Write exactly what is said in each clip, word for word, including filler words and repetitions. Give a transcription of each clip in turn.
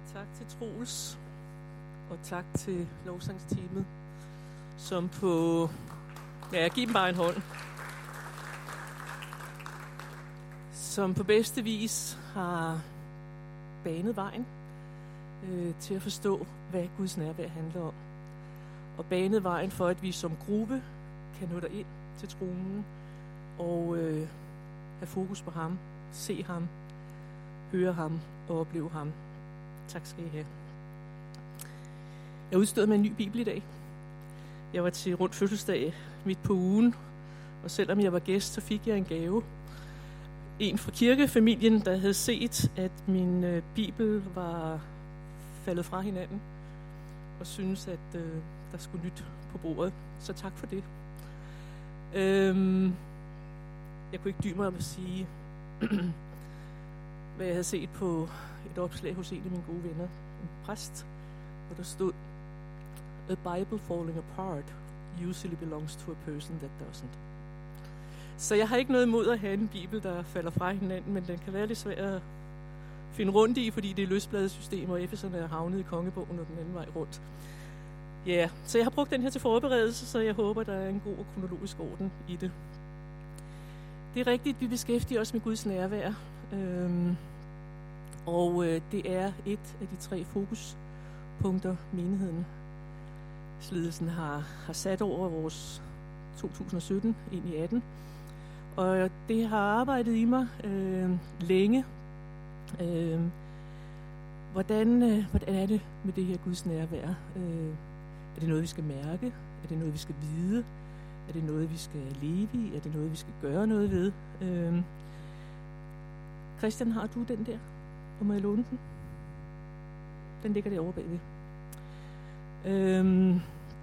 Tak til Troels, og tak til lovsangsteamet, som på... Ja, giv dem bare en hånd. Som på bedste vis har banet vejen øh, til at forstå, hvad Guds nærvær handler om. Og banet vejen for, at vi som gruppe kan nå derind til tronen og øh, have fokus på ham, se ham, høre ham og opleve ham. Tak skal I have. Jeg udstod med en ny bibel i dag. Jeg var til rundt fødselsdag midt på ugen, og selvom jeg var gæst, så fik jeg en gave. En fra kirkefamilien, der havde set, at min øh, bibel var faldet fra hinanden, og syntes, at øh, der skulle nyt på bordet. Så tak for det. Øhm, jeg kunne ikke dybe mig om at sige, hvad jeg havde set på et opslag hos en af mine gode venner, en præst, hvor der stod, "A Bible falling apart usually belongs to a person that doesn't." Så jeg har ikke noget imod at have en bibel, der falder fra hinanden, men den kan være lidt svær at finde rundt i, fordi det er løsbladesystem, og Efeserne er havnet i kongebogen og den anden vej rundt. Ja, yeah. Så jeg har brugt den her til forberedelse, så jeg håber, der er en god og kronologisk orden i det. Det er rigtigt, at vi beskæftiger os med Guds nærvær, øhm, og øh, det er et af de tre fokuspunkter, menigheden ledelsen har, har sat over vores to tusind og sytten ind i atten. Og det har arbejdet i mig øh, længe. Øh, hvordan, øh, hvordan er det med det her Guds nærvær? Øh, er det noget, vi skal mærke? Er det noget, vi skal vide? Er det noget, vi skal leve i? Er det noget, vi skal gøre noget ved? Øh, Christian, har du den der? Og må jeg låne den? Den ligger derovre bagved. Øhm.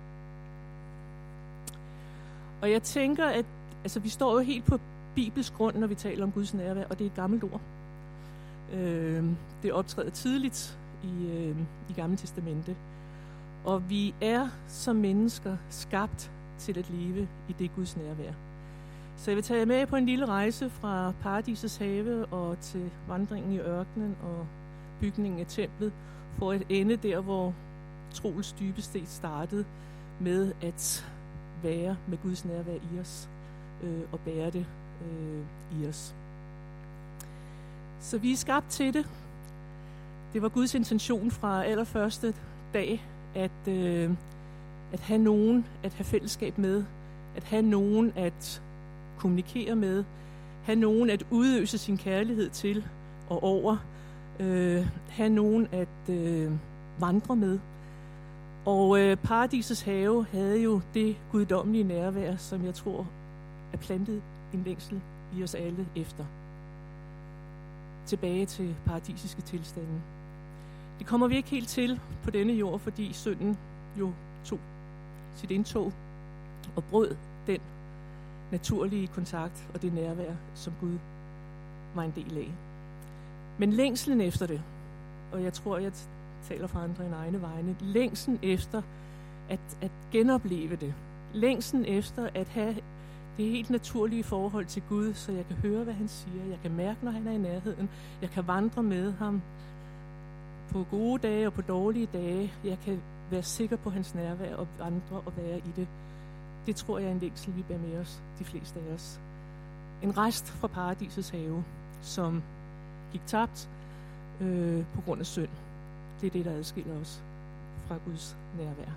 Og jeg tænker, at altså, vi står jo helt på Bibels grund, når vi taler om Guds nærvær, og det er et gammelt ord. Øhm. Det optræder tidligt i, øh, i Gamle Testamente. Og vi er som mennesker skabt til at leve i det Guds nærvær. Så jeg vil tage jer med på en lille rejse fra Paradisets have og til vandringen i ørkenen og bygningen af templet, for at ende der, hvor Troels dybest set startede med at være med Guds nærvær i os øh, og bære det øh, i os. Så vi er skabt til det. Det var Guds intention fra allerførste dag at, øh, at have nogen at have fællesskab med, at have nogen at kommunikere med, have nogen at udøse sin kærlighed til og over, øh, have nogen at øh, vandre med. Og øh, Paradisets have havde jo det guddommelige nærvær, som jeg tror er plantet en længsel i os alle efter. Tilbage til paradisiske tilstande. Det kommer vi ikke helt til på denne jord, fordi synden jo tog sit indtog og brød den naturlige kontakt og det nærvær, som Gud var en del af. Men længslen efter det, og jeg tror, jeg taler for andre end egne vegne, længslen efter at, at genopleve det, længslen efter at have det helt naturlige forhold til Gud, så jeg kan høre, hvad han siger, jeg kan mærke, når han er i nærheden, jeg kan vandre med ham på gode dage og på dårlige dage, jeg kan være sikker på hans nærvær og vandre og være i det. Det tror jeg er en længsel, vi bærer med os, de fleste af os. En rest fra Paradisets have, som gik tabt øh, på grund af synd. Det er det, der adskiller os fra Guds nærvær.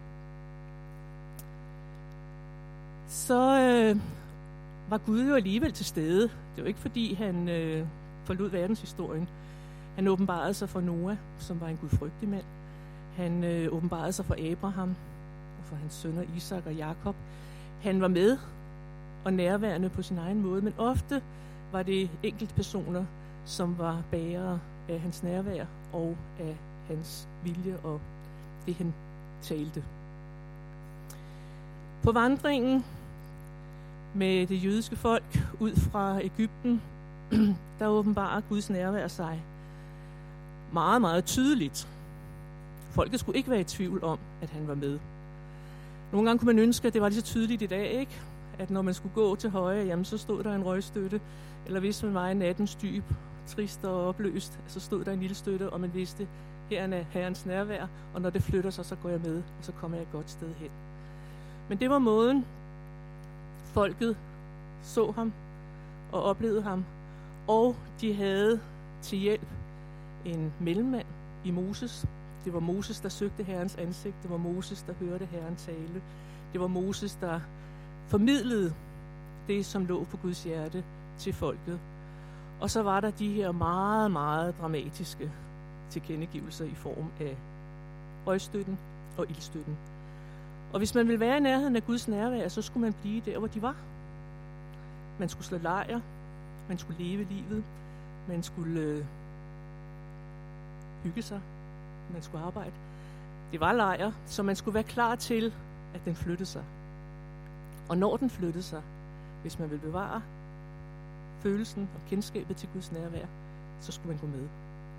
Så øh, var Gud jo alligevel til stede. Det var ikke fordi, han øh, forlod verdenshistorien. Han åbenbarede sig for Noah, som var en gudfrygtig mand. Han øh, åbenbarede sig for Abraham og for hans sønner Isak og Jakob. Han var med og nærværende på sin egen måde, men ofte var det enkelte personer, som var bærere af hans nærvær og af hans vilje og det, han talte. På vandringen med det jødiske folk ud fra Egypten, der åbenbarer Guds nærvær sig meget, meget tydeligt. Folket skulle ikke være i tvivl om, at han var med. Nogle gange kunne man ønske, at det var lige så tydeligt i dag, ikke? At når man skulle gå til højre, jamen, så stod der en røgstøtte, eller hvis man var i nattens dyb, trist og opløst, så stod der en lille støtte, og man vidste, her er Herrens nærvær, og når det flytter sig, så går jeg med, og så kommer jeg et godt sted hen. Men det var måden, folket så ham og oplevede ham, og de havde til hjælp en mellemmand i Moses. Det var Moses, der søgte Herrens ansigt. Det var Moses, der hørte Herren tale. Det var Moses, der formidlede det, som lå på Guds hjerte til folket. Og så var der de her meget, meget dramatiske tilkendegivelser i form af røgstøtten og ildstøtten. Og hvis man ville være i nærheden af Guds nærvær, så skulle man blive der, hvor de var. Man skulle slå lejr, man skulle leve livet, man skulle øh, hygge sig, man skulle arbejde. Det var lejr, så man skulle være klar til, at den flyttede sig. Og når den flyttede sig, hvis man ville bevare følelsen og kendskabet til Guds nærvær, så skulle man gå med.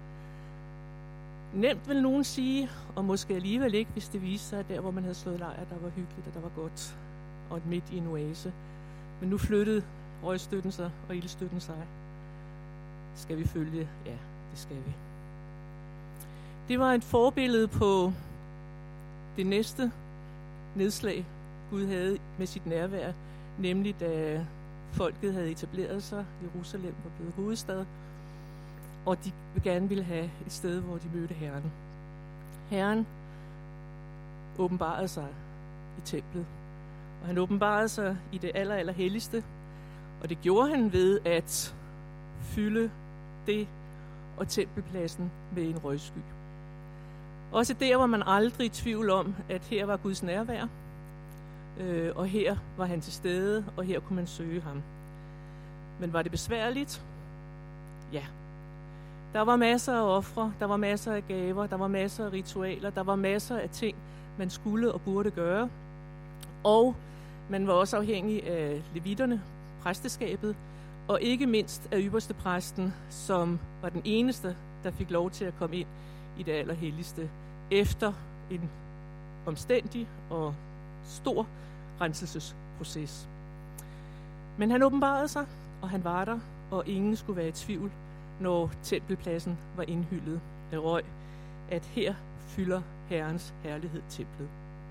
Nemt vil nogen sige, og måske alligevel ikke, hvis det viste sig, at der, hvor man havde slået lejr, der var hyggeligt, og der var godt, og midt i en oase. Men nu flyttede røgstøtten sig og ildstøtten sig. Skal vi følge? Ja, det skal vi. Det var et forbillede på det næste nedslag, Gud havde med sit nærvær, nemlig da folket havde etableret sig, Jerusalem var blevet hovedstad, og de gerne ville have et sted, hvor de mødte Herren. Herren åbenbarede sig i templet, og han åbenbarede sig i det aller, aller helligste, og det gjorde han ved at fylde det og tempelpladsen med en røgsky. Også der var man aldrig i tvivl om, at her var Guds nærvær, øh, og her var han til stede, og her kunne man søge ham. Men var det besværligt? Ja. Der var masser af ofre, der var masser af gaver, der var masser af ritualer, der var masser af ting, man skulle og burde gøre. Og man var også afhængig af levitterne, præsteskabet, og ikke mindst af ypperstepræsten, som var den eneste, der fik lov til at komme ind i det allerhelligste, efter en omstændig og stor renselsesproces. Men han åbenbarede sig, og han var der, og ingen skulle være i tvivl, når tempelpladsen var indhyllet af røg, at her fylder Herrens herlighed templet.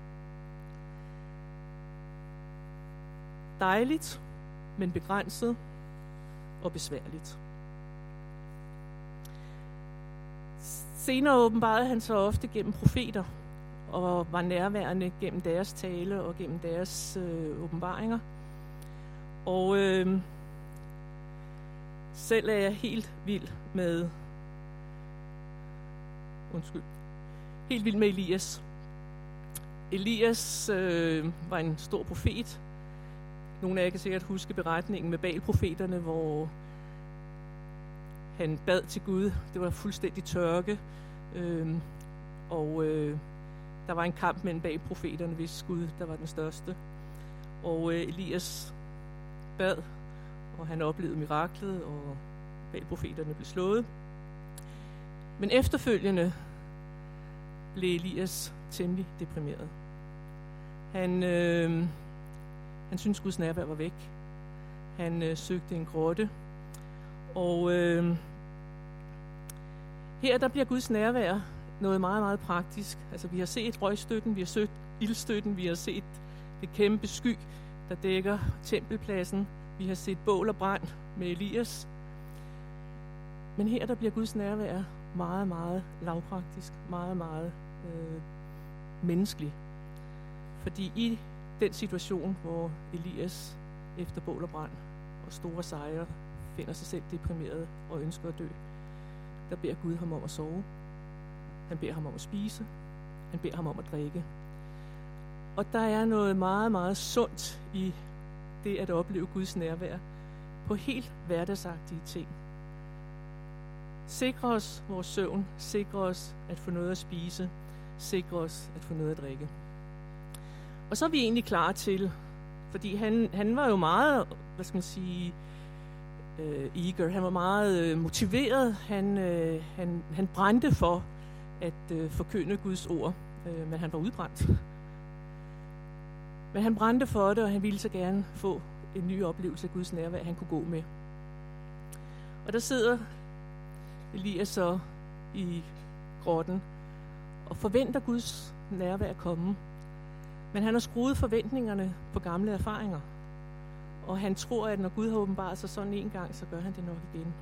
Dejligt, men begrænset og besværligt. Senere åbenbarede han sig ofte gennem profeter, og var nærværende gennem deres tale og gennem deres øh, åbenbaringer. Og øh, selv er jeg helt vild med undskyld, helt vild med Elias. Elias øh, var en stor profet. Nogle af jer kan sikkert huske beretningen med Baal-profeterne, hvor han bad til Gud. Det var fuldstændig tørke, øh, og øh, der var en kamp mellem Baal-profeterne, hvis Gud der var den største. Og øh, Elias bad, og han oplevede miraklet, og Baal-profeterne blev slået. Men efterfølgende blev Elias temmelig deprimeret. Han, øh, han syntes, Guds nærvær var væk. Han øh, søgte en grotte. Og øh, her der bliver Guds nærvær noget meget, meget praktisk. Altså vi har set røgstøtten, vi har set ildstøtten, vi har set det kæmpe sky, der dækker tempelpladsen. Vi har set bål og brand med Elias. Men her der bliver Guds nærvær meget, meget lavpraktisk, meget, meget øh, menneskelig. Fordi i den situation, hvor Elias efter bål og brand og store sejre finder sig selv deprimeret og ønsker at dø, der beder Gud ham om at sove. Han beder ham om at spise. Han beder ham om at drikke. Og der er noget meget, meget sundt i det at opleve Guds nærvær på helt hverdagsagtige ting. Sikre os vores søvn, sikre os at få noget at spise, sikre os at få noget at drikke. Og så er vi egentlig klar til, fordi han, han var jo meget, hvad skal man sige, uh, eager, han var meget uh, motiveret, han, uh, han, han brændte for at uh, forkynde Guds ord, uh, men han var udbrændt. Men han brændte for det, og han ville så gerne få en ny oplevelse af Guds nærvær, han kunne gå med. Og der sidder Elias så i grotten og forventer Guds nærvær at komme. Men han har skruet forventningerne på gamle erfaringer. Og han tror, at når Gud har åbenbaret sig sådan en gang, så gør han det nok igen.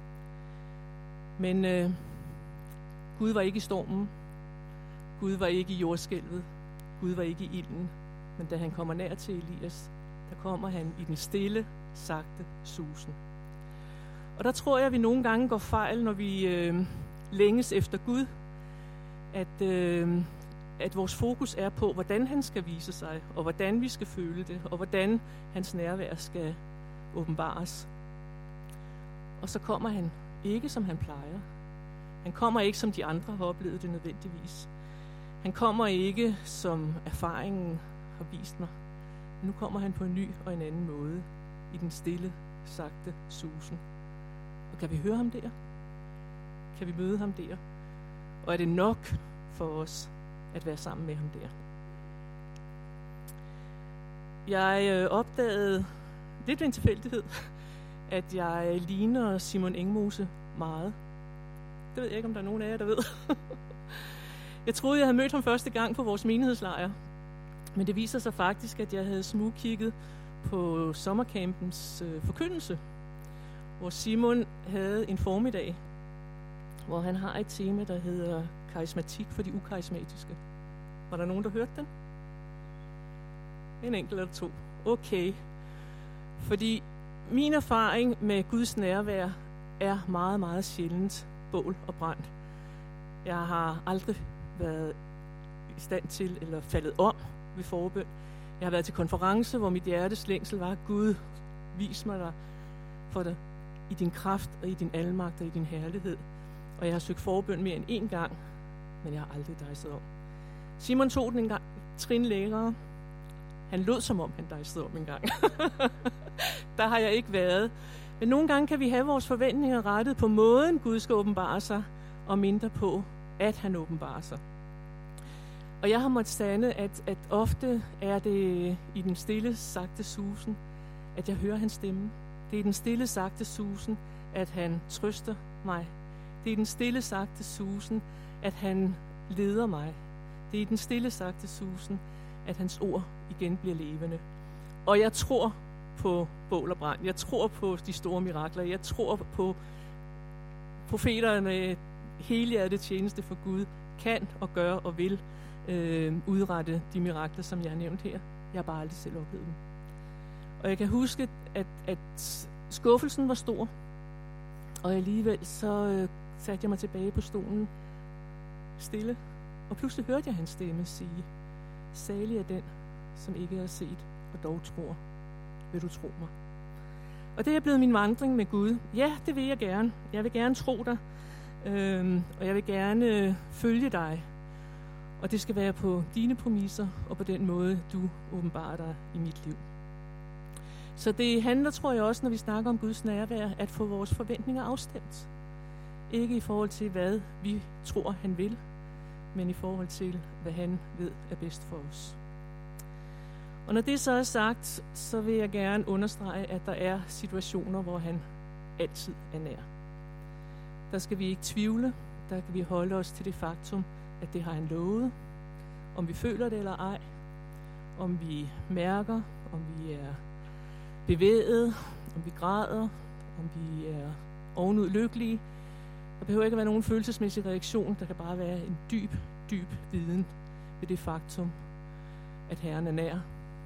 Men øh, Gud var ikke i stormen. Gud var ikke i jordskælvet. Gud var ikke i ilden. Men da han kommer nær til Elias, der kommer han i den stille, sagte susen. Og der tror jeg, at vi nogle gange går fejl, når vi øh, længes efter Gud. At, øh, at vores fokus er på, hvordan han skal vise sig, og hvordan vi skal føle det, og hvordan hans nærvær skal åbenbares. Og så kommer han ikke, som han plejer. Han kommer ikke, som de andre har oplevet det nødvendigvis. Han kommer ikke, som erfaringen har vist mig. Nu kommer han på en ny og en anden måde, i den stille, sagte susen. Og kan vi høre ham der? Kan vi møde ham der? Og er det nok for os at være sammen med ham der? Jeg øh, opdagede lidt ved en tilfældighed, at jeg ligner Simon Engmose meget. Det ved jeg ikke, om der er nogen af jer, der ved. Jeg troede, jeg havde mødt ham første gang på vores menighedslejr. Men det viser sig faktisk, at jeg havde smugkigget på sommercampens øh, forkyndelse, hvor Simon havde en formiddag, hvor han har et tema, der hedder karismatik for de ukarismatiske. Var der nogen, der hørte den? En enkelt eller to. Okay. Fordi min erfaring med Guds nærvær er meget, meget sjældent bål og brand. Jeg har aldrig været i stand til eller faldet om ved forbøn. Jeg har været til konference, hvor mit hjertes længsel var, Gud, vis mig dig for dig i din kraft og i din almagt og i din herlighed. Og jeg har søgt forbøn mere end én gang, men jeg har aldrig dejset om. Simon tog den en gang trin længere. Han lød som om, han dejsede om en gang. Der har jeg ikke været. Men nogle gange kan vi have vores forventninger rettet på måden, Gud skal åbenbare sig, og mindre på, at han åbenbarer sig. Og jeg har måttet sande, at, at ofte er det i den stille, sagte susen, at jeg hører hans stemme. Det er i den stille, sagte susen, at han trøster mig. Det er i den stille, sagte susen, at han leder mig. Det er i den stille, sagte susen, at hans ord igen bliver levende. Og jeg tror på bål og brand. Jeg tror på de store mirakler. Jeg tror på profeterne med helhjertet tjeneste for Gud kan og gør og vil øh, udrette de mirakler, som jeg har nævnt her. Jeg har bare aldrig selv oplevet dem. Og jeg kan huske, at, at skuffelsen var stor, og alligevel så øh, satte jeg mig tilbage på stolen stille, og pludselig hørte jeg hans stemme sige, salig er den, som ikke har set og dog tror. Vil du tro mig? Og det er blevet min vandring med Gud. Ja, det vil jeg gerne. Jeg vil gerne tro dig, øhm, og jeg vil gerne øh, følge dig. Og det skal være på dine præmisser og på den måde, du åbenbarer dig i mit liv. Så det handler, tror jeg også, når vi snakker om Guds nærvær, at få vores forventninger afstemt. Ikke i forhold til, hvad vi tror, han vil, men i forhold til, hvad han ved er bedst for os. Og når det så er sagt, så vil jeg gerne understrege, at der er situationer, hvor han altid er nær. Der skal vi ikke tvivle, der kan vi holde os til det faktum, at det har han lovet. Om vi føler det eller ej, om vi mærker, om vi er bevæget, om vi græder, om vi er ovenud lykkelige. Der behøver ikke at være nogen følelsesmæssig reaktion, der kan bare være en dyb, dyb viden ved det faktum, at Herren er nær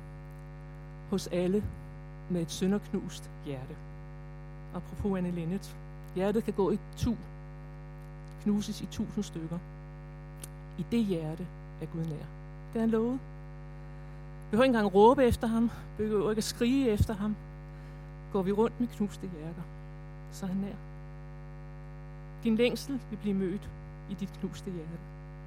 hos alle med et sønderknust hjerte. Apropos Anne Linnet. Hjertet kan gå i tu, knuses i tusind stykker. I det hjerte er Gud nær. Det er han lovet. Vi behøver ikke engang råbe efter ham. Vi behøver ikke at skrige efter ham. Går vi rundt med knuste hjerter, så er han nær. Din længsel vil blive mødt i dit knuste hjerte.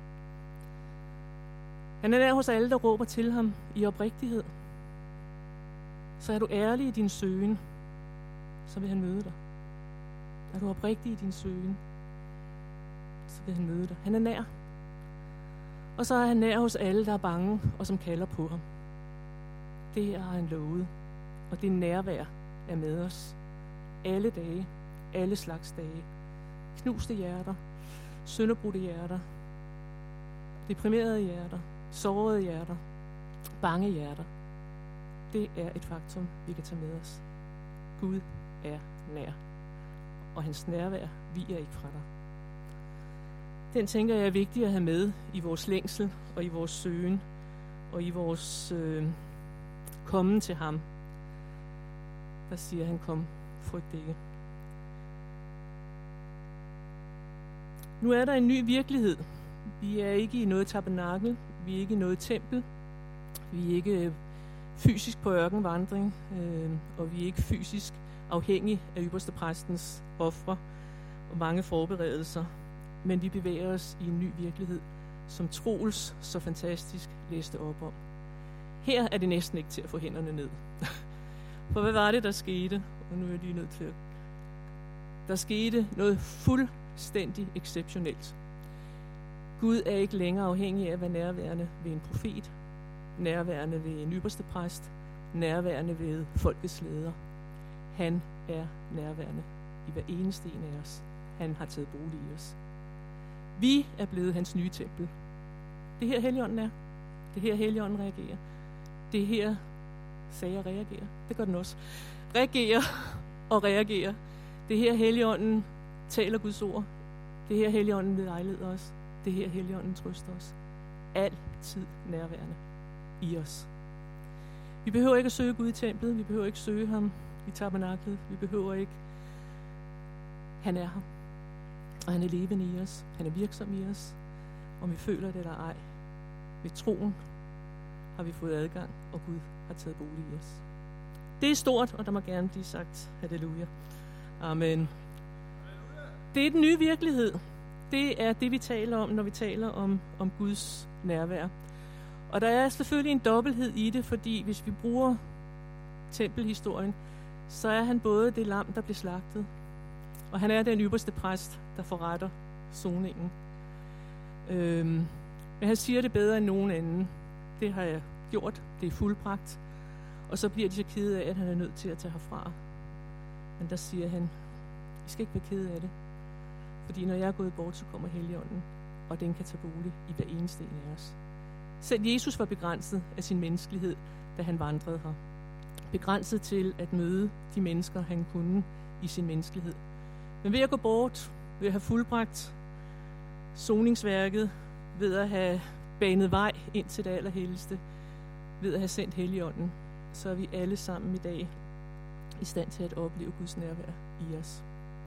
Han er nær hos alle, der råber til ham i oprigtighed. Så er du ærlig i din søgen, så vil han møde dig. Er du oprigtig i din søgen, så vil han møde dig. Han er nær. Og så er han nær hos alle, der er bange og som kalder på ham. Det har han lovet. Og det nærvær er med os. Alle dage. Alle slags dage. Knuste hjerter. sønderbrudte hjerter, deprimerede hjerter, sårede hjerter, bange hjerter. Det er et faktum, vi kan tage med os. Gud er nær, og hans nærvær viger ikke fra dig. Den tænker jeg er vigtig at have med i vores længsel og i vores søgen og i vores øh, kommen til ham. Der siger han, kom, frygt ikke. Nu er der en ny virkelighed. Vi er ikke i noget tabernakel, vi er ikke i noget tempel, vi er ikke fysisk på ørkenvandring, øh, og vi er ikke fysisk afhængige af ypperstepræstens ofre og mange forberedelser, men vi bevæger os i en ny virkelighed, som Troels så fantastisk læste op om. Her er det næsten ikke til at få hænderne ned. For hvad var det, der skete? Og nu er jeg lige nødt til at... Der skete noget fuldstændig exceptionelt. Gud er ikke længere afhængig af at være nærværende ved en profet, nærværende ved en ypperstepræst, nærværende ved folkets leder. Han er nærværende i hver eneste en af os. Han har taget bolig i os. Vi er blevet hans nye tempel. Det her Helligånden er. Det her Helligånden reagerer. Det her, sagde jeg reagerer, det gør den også. Reagerer og reagerer. Det her Helligånden taler Guds ord. Det her Helligånden vil vejlede os. Det her Helligånden trøster os. Altid nærværende i os. Vi behøver ikke at søge Gud i templet. Vi behøver ikke søge ham i tabernaklet. Vi behøver ikke. Han er her. Og han er levende i os. Han er virksom i os. Om vi føler det eller ej. Ved troen har vi fået adgang, og Gud har taget bolig i os. Det er stort, og der må gerne blive sagt halleluja. Amen. Det er den nye virkelighed. Det er det, vi taler om, når vi taler om, om Guds nærvær. Og der er selvfølgelig en dobbelthed i det, fordi hvis vi bruger tempelhistorien, så er han både det lam, der blev slagtet, og han er den ypperste præst, der forretter soningen. Øhm, men han siger det bedre end nogen anden. Det har jeg gjort. Det er fuldbragt. Og så bliver de så kede af, at han er nødt til at tage herfra. Men der siger han, I skal ikke være kede af det. Fordi når jeg er gået bort, så kommer Helligånden, og den kan tage bolig i hver eneste en af os. Selv Jesus var begrænset af sin menneskelighed, da han vandrede her. Begrænset til at møde de mennesker, han kunne i sin menneskelighed. Men ved at gå bort, ved at have fuldbragt soningsværket, ved at have banet vej ind til det allerhelligste, ved at have sendt Helligånden, så er vi alle sammen i dag i stand til at opleve Guds nærvær i os.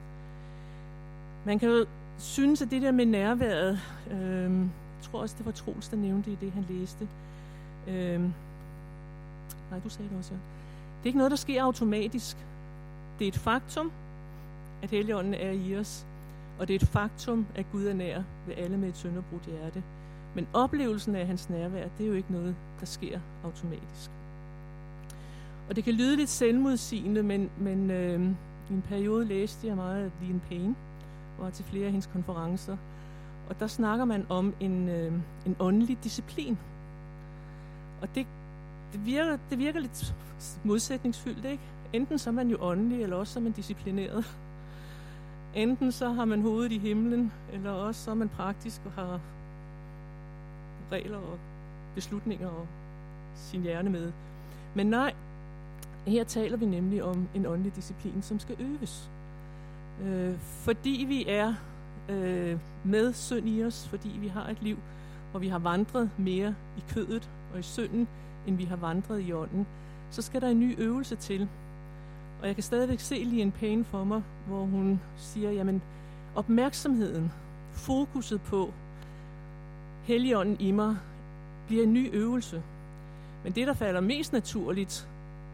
Man kan jo synes, at det der med nærværet, øh, jeg tror også, det var Troels, der nævnte i det, han læste. Øh, nej, du sagde det også, ja. Det er ikke noget, der sker automatisk. Det er et faktum, at Helligånden er i os, og det er et faktum, at Gud er nær ved alle med et sønderbrudt hjerte. Men oplevelsen af hans nærvær, det er jo ikke noget, der sker automatisk. Og det kan lyde lidt selvmodsigende, men, men øh, i en periode læste jeg meget af Leen Payne, og var til flere af hendes konferencer. Og der snakker man om en, øh, en åndelig disciplin. Og det, det, virker, det virker lidt modsætningsfyldt, ikke? Enten så er man jo åndelig, eller også så er man disciplineret. Enten så har man hovedet i himlen, eller også så er man praktisk og har regler og beslutninger og sin hjerne med. Men nej, her taler vi nemlig om en åndelig disciplin, som skal øves. Øh, fordi vi er øh, med synd i os, fordi vi har et liv, hvor vi har vandret mere i kødet og i synden, end vi har vandret i ånden, så skal der en ny øvelse til. Og jeg kan stadigvæk se Leen Payne for mig, hvor hun siger, jamen opmærksomheden, fokuset på Helligånden i mig, bliver en ny øvelse. Men det, der falder mest naturligt,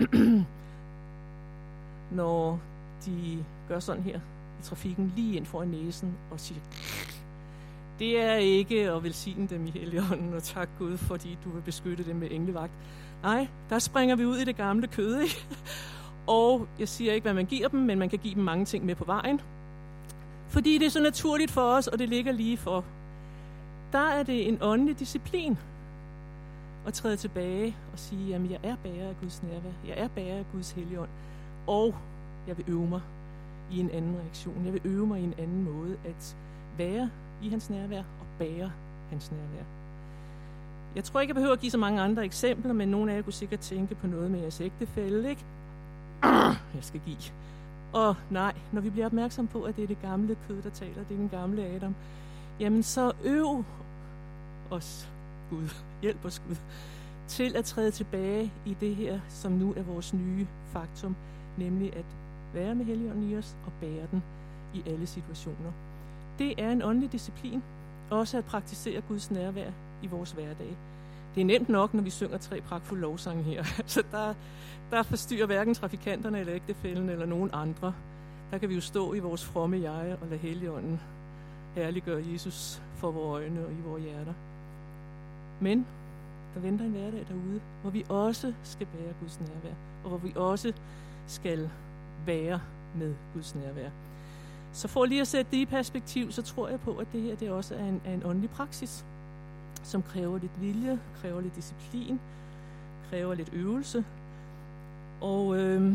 når de gør sådan her i trafikken, lige ind foran næsen og siger, det er ikke at velsigne dem i Helligånden, og tak Gud, fordi du vil beskytte dem med englevagt. Nej, der springer vi ud i det gamle kød, ikke? Og jeg siger ikke, hvad man giver dem, men man kan give dem mange ting med på vejen. Fordi det er så naturligt for os, og det ligger lige for. Der er det en åndelig disciplin at træde tilbage og sige, jamen jeg er bærer af Guds nærvær, jeg er bærer af Guds Helligånd, og jeg vil øve mig i en anden reaktion. Jeg vil øve mig i en anden måde at være i hans nærvær og bære hans nærvær. Jeg tror ikke, jeg behøver at give så mange andre eksempler, men nogle af jer kunne sikkert tænke på noget med jeres ægtefælle, ikke? Jeg skal give. Og nej, når vi bliver opmærksom på, at det er det gamle kød, der taler, det er den gamle Adam, jamen så øv os, Gud, hjælp os Gud, til at træde tilbage i det her, som nu er vores nye faktum, nemlig at være med Helligånden i os og bære den i alle situationer. Det er en åndelig disciplin, også at praktisere Guds nærvær i vores hverdag. Det er nemt nok, når vi synger tre pragtfulde lovsange her. Så der, der forstyrrer hverken trafikanterne eller ægtefællen eller nogen andre. Der kan vi jo stå i vores fromme jeg og lade Helligånden herliggøre Jesus for vores øjne og i vores hjerter. Men der venter en hverdag derude, hvor vi også skal bære Guds nærvær, og hvor vi også skal være med Guds nærvær. Så for lige at sætte det i perspektiv, så tror jeg på, at det her det også er en, er en åndelig praksis, som kræver lidt vilje, kræver lidt disciplin, kræver lidt øvelse. Og øh,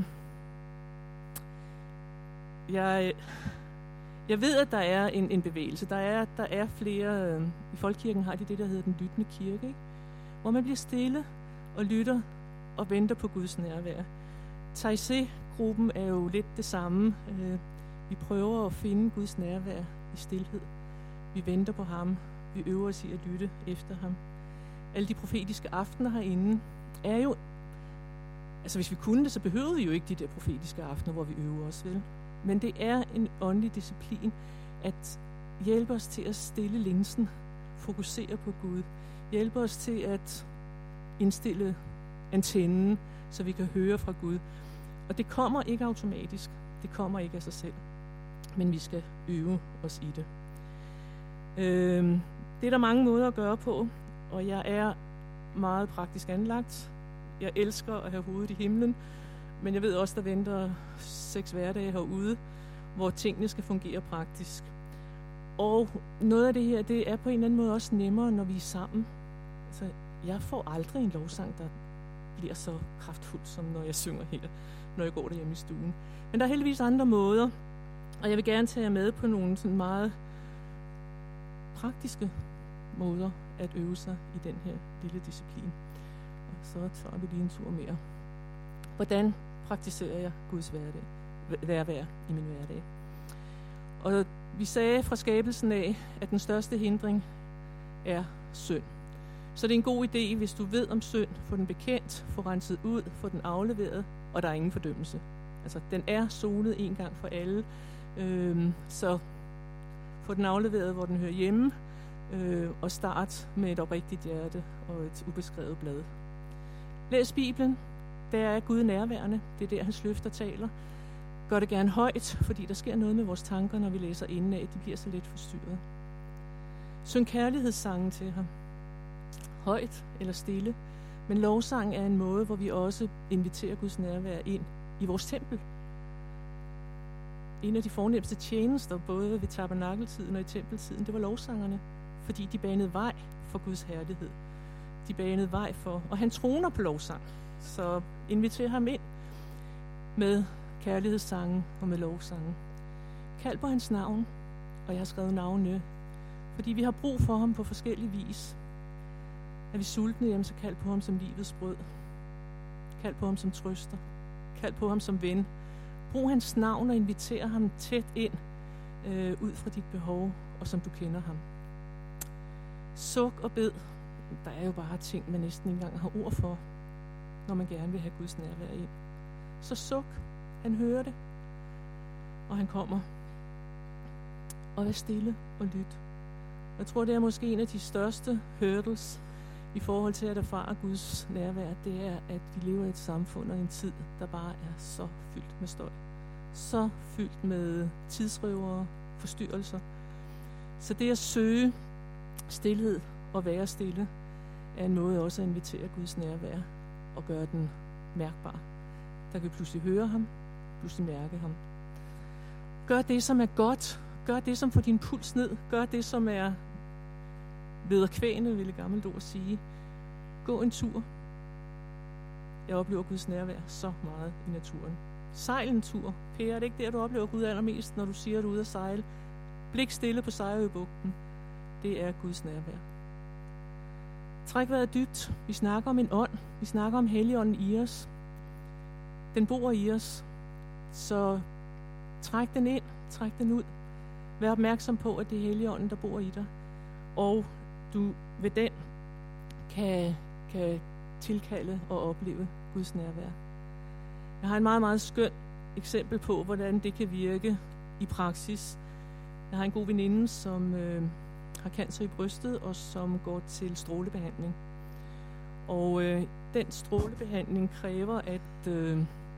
jeg, jeg ved, at der er en, en bevægelse. Der er, der er flere... Øh, I Folkekirken har de det, der hedder den lyttende kirke, ikke? Hvor man bliver stille og lytter og venter på Guds nærvær. Taizé-gruppen er jo lidt det samme. Øh, vi prøver at finde Guds nærvær i stilhed. Vi venter på ham. Vi øver os i at lytte efter ham. Alle de profetiske aftener herinde er jo... Altså hvis vi kunne det, så behøvede vi jo ikke de der profetiske aftener, hvor vi øver os, vel? Men det er en åndelig disciplin at hjælpe os til at stille linsen, fokusere på Gud, hjælpe os til at indstille antennen, så vi kan høre fra Gud. Og det kommer ikke automatisk. Det kommer ikke af sig selv. Men vi skal øve os i det. Øhm, det er der mange måder at gøre på, og jeg er meget praktisk anlagt. Jeg elsker at have hovedet i himlen, men jeg ved også, der venter seks hverdage herude, hvor tingene skal fungere praktisk. Og noget af det her, det er på en eller anden måde også nemmere, når vi er sammen. Altså, jeg får aldrig en lovsang, der bliver så kraftfuld, som når jeg synger her, når jeg går derhjemme i stuen. Men der er heldigvis andre måder, og jeg vil gerne tage jer med på nogle sådan meget praktiske måder at øve sig i den her lille disciplin. Og så tager vi lige en tur mere. Hvordan praktiserer jeg Guds hverdag, nærvær i min hverdag? Og vi sagde fra skabelsen af, at den største hindring er synd. Så det er en god idé, hvis du ved om synd, få den bekendt, få renset ud, få den afleveret, og der er ingen fordømmelse. Altså, den er solet en gang for alle, øhm, så få den afleveret, hvor den hører hjemme, øh, og start med et oprigtigt hjerte og et ubeskrevet blad. Læs Bibelen. Der er Gud nærværende. Det er der, hans løfter taler. Gør det gerne højt, fordi der sker noget med vores tanker, når vi læser indenad. De bliver så let forstyrret. Syng kærlighedssangen til ham. Højt eller stille. Men lovsang er en måde, hvor vi også inviterer Guds nærvær ind i vores tempel. En af de fornemmeste tjenester, både ved tabernakeltiden og i tempeltiden, det var lovsangerne. Fordi de banede vej for Guds herlighed. De banede vej for, og han troner på lovsang. Så inviter ham ind med kærlighedssangen og med lovsangen. Kald på hans navn, og jeg har skrevet navnene, fordi vi har brug for ham på forskellige vis. Er vi sultne, jamen så kald på ham som livets brød. Kald på ham som trøster. Kald på ham som ven. Brug hans navn og inviter ham tæt ind øh, ud fra dit behov, og som du kender ham. Suk og bed. Der er jo bare ting, man næsten ikke engang har ord for, når man gerne vil have Guds nærvær ind. Så suk. Han hører det, og han kommer. Og vær stille og lyt. Jeg tror, det er måske en af de største hurdles i forhold til at erfare Guds nærvær, det er, at vi lever i et samfund og en tid, der bare er så fyldt med støj. Så fyldt med tidsrøvere, forstyrrelser. Så det at søge stilhed og være stille, er en måde også at invitere Guds nærvær og gøre den mærkbar. Der kan pludselig høre ham, pludselig mærke ham. Gør det, som er godt. Gør det, som får din puls ned. Gør det, som er vederkvægende, ville gammelt ord sige. Gå en tur. Jeg oplever Guds nærvær så meget i naturen. Sejl en tur. Per, er det ikke der, du oplever Gud allermest, når du siger, at du er ude at sejle? Blik stille på Sejrøbugten. det er Guds nærvær. Træk vejret dybt. Vi snakker om en ånd. Vi snakker om Helligånden i os. Den bor i os. Så træk den ind. Træk den ud. Vær opmærksom på, at det er Helligånden, der bor i dig. Og du ved den kan, kan tilkalde og opleve Guds nærvær. Jeg har en meget, meget skøn eksempel på, hvordan det kan virke i praksis. Jeg har en god veninde, som øh, har cancer i brystet, og som går til strålebehandling. Og øh, den strålebehandling kræver, at, øh,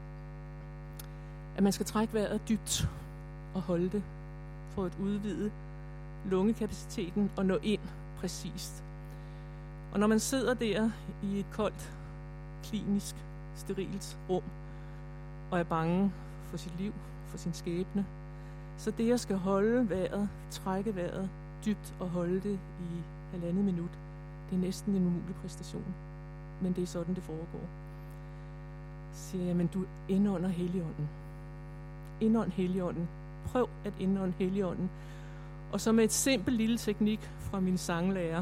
at man skal trække vejret dybt og holde det, for at udvide lungekapaciteten og nå ind præcist. Og når man sidder der i et koldt, klinisk, sterilt rum, og er bange for sit liv, for sin skæbne, så det at skal holde vejret, trække vejret dybt og holde det i halvandet minut, det er næsten en umulig præstation. Men det er sådan, det foregår. Så siger jeg, men du indånder Helligånden. Indånd Helligånden. Prøv at indånde Helligånden. Og så med et simpelt lille teknik fra min sanglærer,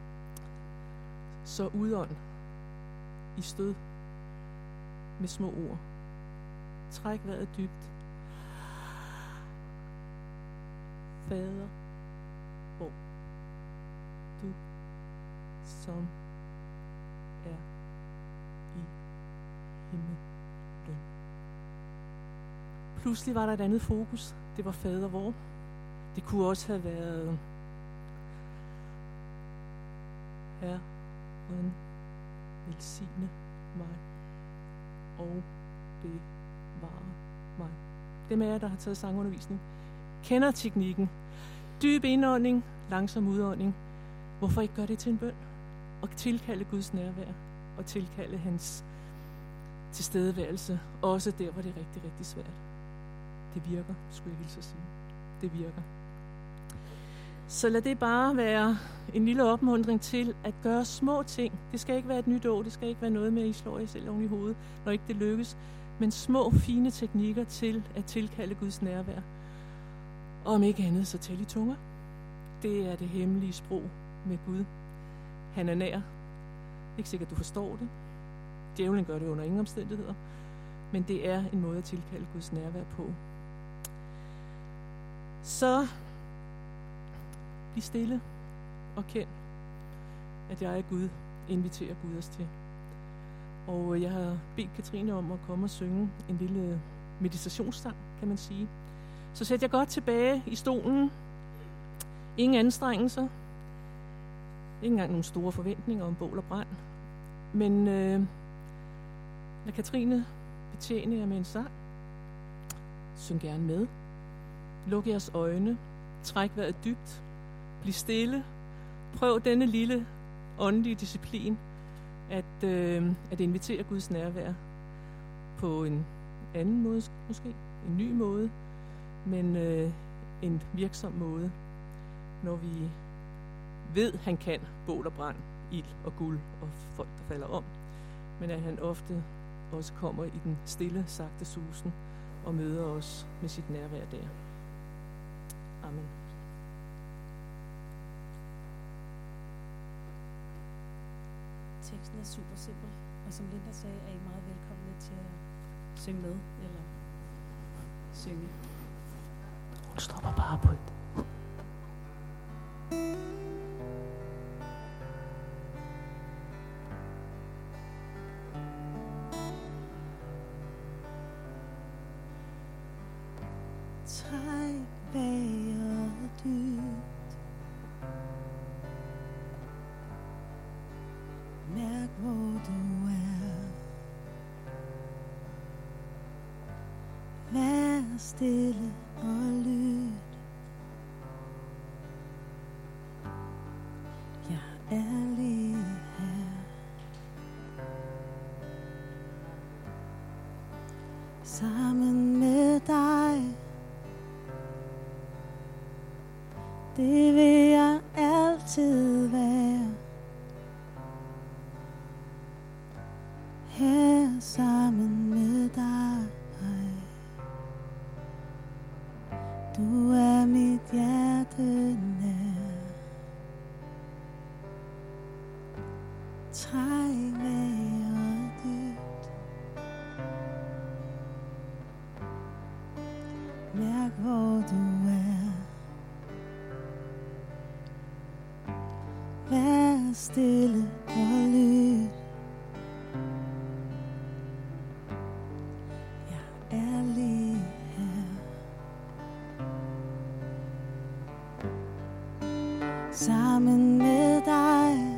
så udånd i stød med små ord. Træk vejret dybt. Fader, hvor du som er i himlen. Pludselig var der et andet fokus. Det var fader hvor. Det kunne også have været Herren velsigne mig og bevare mig. Dem af jer, der har taget sangundervisning, kender teknikken. Dyb indånding, langsom udånding. Hvorfor ikke gøre det til en bøn? Og tilkalde Guds nærvær. Og tilkalde hans tilstedeværelse. Også der, hvor det er rigtig, rigtig svært. Det virker, skulle jeg hilse at sige. Det virker. Så lad det bare være en lille opmuntring til at gøre små ting. Det skal ikke være et nyt år. Det skal ikke være noget med, at I slår jer selv oven i hovedet, når ikke det lykkes. Men små, fine teknikker til at tilkalde Guds nærvær. Og om ikke andet, så tal i tunger. Det er det hemmelige sprog med Gud. Han er nær. Ikke sikkert, du forstår det. Djævlen gør det under ingen omstændigheder. Men det er en måde at tilkalde Guds nærvær på. Så bliv stille og kend, at jeg er Gud. Inviterer Gud os til. Og jeg har bedt Katrine om at komme og synge en lille meditationssang, kan man sige. Så sæt jeg godt tilbage i stolen. Ingen anstrengelser. Ikke engang nogle store forventninger om bål og brand. Men øh, lad Katrine betjene jer med en sang. Syng gerne med. Luk jeres øjne. Træk vejret dybt. Bliv stille. Prøv denne lille åndelige disciplin at, øh, at invitere Guds nærvær på en anden måde, måske. En ny måde. Men øh, en virksom måde, når vi ved, han kan bål og brand, ild og guld og folk, der falder om. Men at han ofte også kommer i den stille, sagte susen og møder os med sit nærvær der. Amen. Teksten er super simpel, og som Linda sagde, er I meget velkomne til at synge med, eller synge. Hun stopper bare på det. Træk vejret dybt. Mærk, hvor du er. Vær stille og lyt. Jeg er lige her. Sammen med dig. Det vil jeg altid være. Her sammen med dig. Du er mit hjerte nær. Vær stille og lyt. Jeg er lige her. Sammen med dig.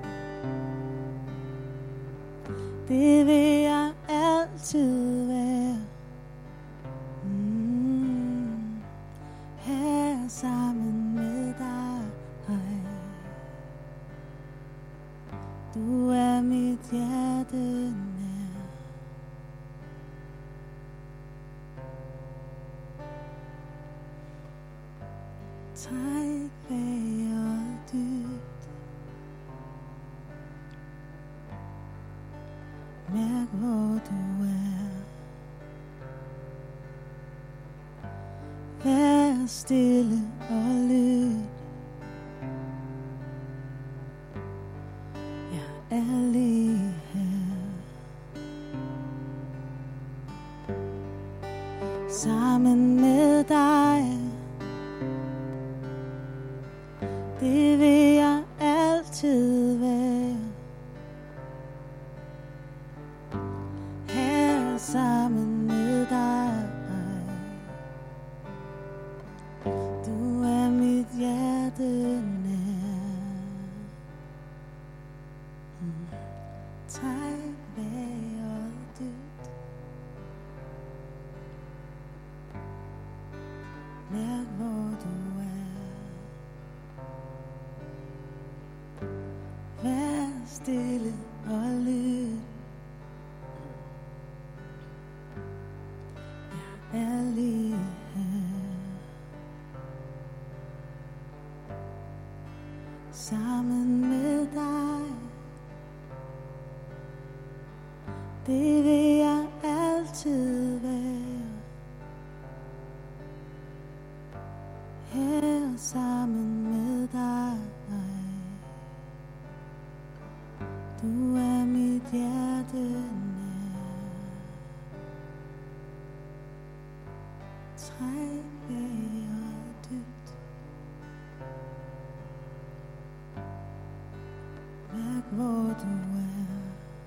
Det vil jeg altid være. Mm. Her sammen med dig. Du er mit hjerte nær. Træk vejret dybt. Mærk hvor du er. Vær stille og lyt. Jeg er lige her. Sammen med dig. Det vil jeg altid være. Her sammen med dig. Du er mit hjerte nær. Mm. Træk vejret dybt. Mærk hvor du er. Vær stille og lyt. Jeg er lige her. Sammen med dig. Det vil jeg altid være. Her sammen med dig. Du er mit hjerte nær. Træk vejret dybt. Mærk hvor du er.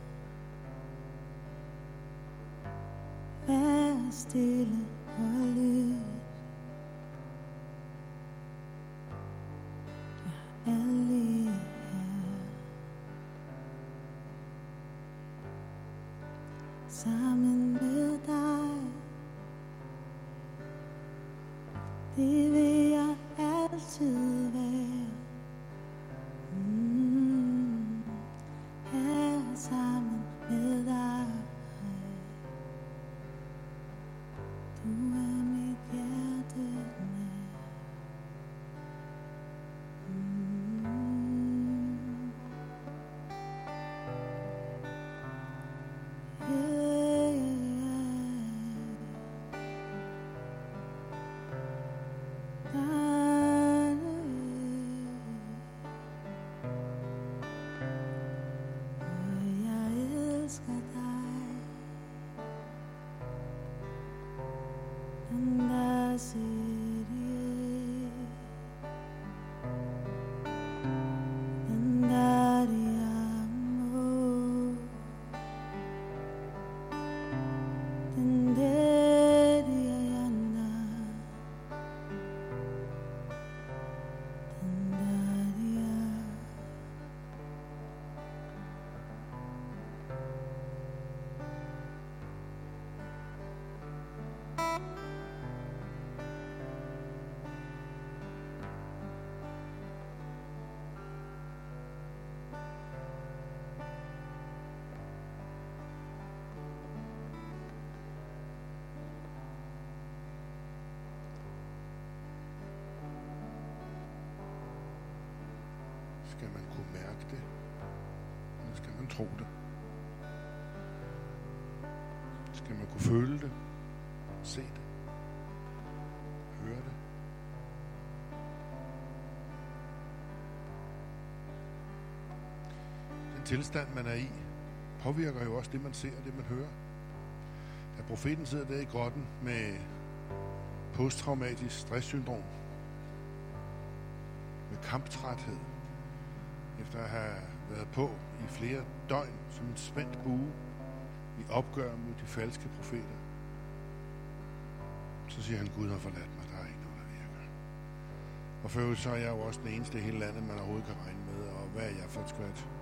Vær stille og lyt. Jeg er lige her. Sammen med dig. Det vil jeg altid være. Mm. Her sammen med dig. Du er mit hjerte nær. Mm. Yeah, yeah. Og jeg elsker dig. And I said yeah. And I amo. And daddy ayana. And daddy ah. Skal man kunne mærke det? Eller skal man tro det? Skal man kunne føle det? Se det? Høre det? Den tilstand, man er i, påvirker jo også det, man ser og det, man hører. Da profeten sidder der i grotten med posttraumatisk stresssyndrom, med kamptræthed, efter at have været på i flere døgn som en spændt bue i opgør mod de falske profeter, så siger han, Gud har forladt mig, der er ikke noget, der virker. Og for øvrigt så er jeg jo også den eneste i hele landet, man overhovedet kan regne med, og hvad er jeg for et skvat?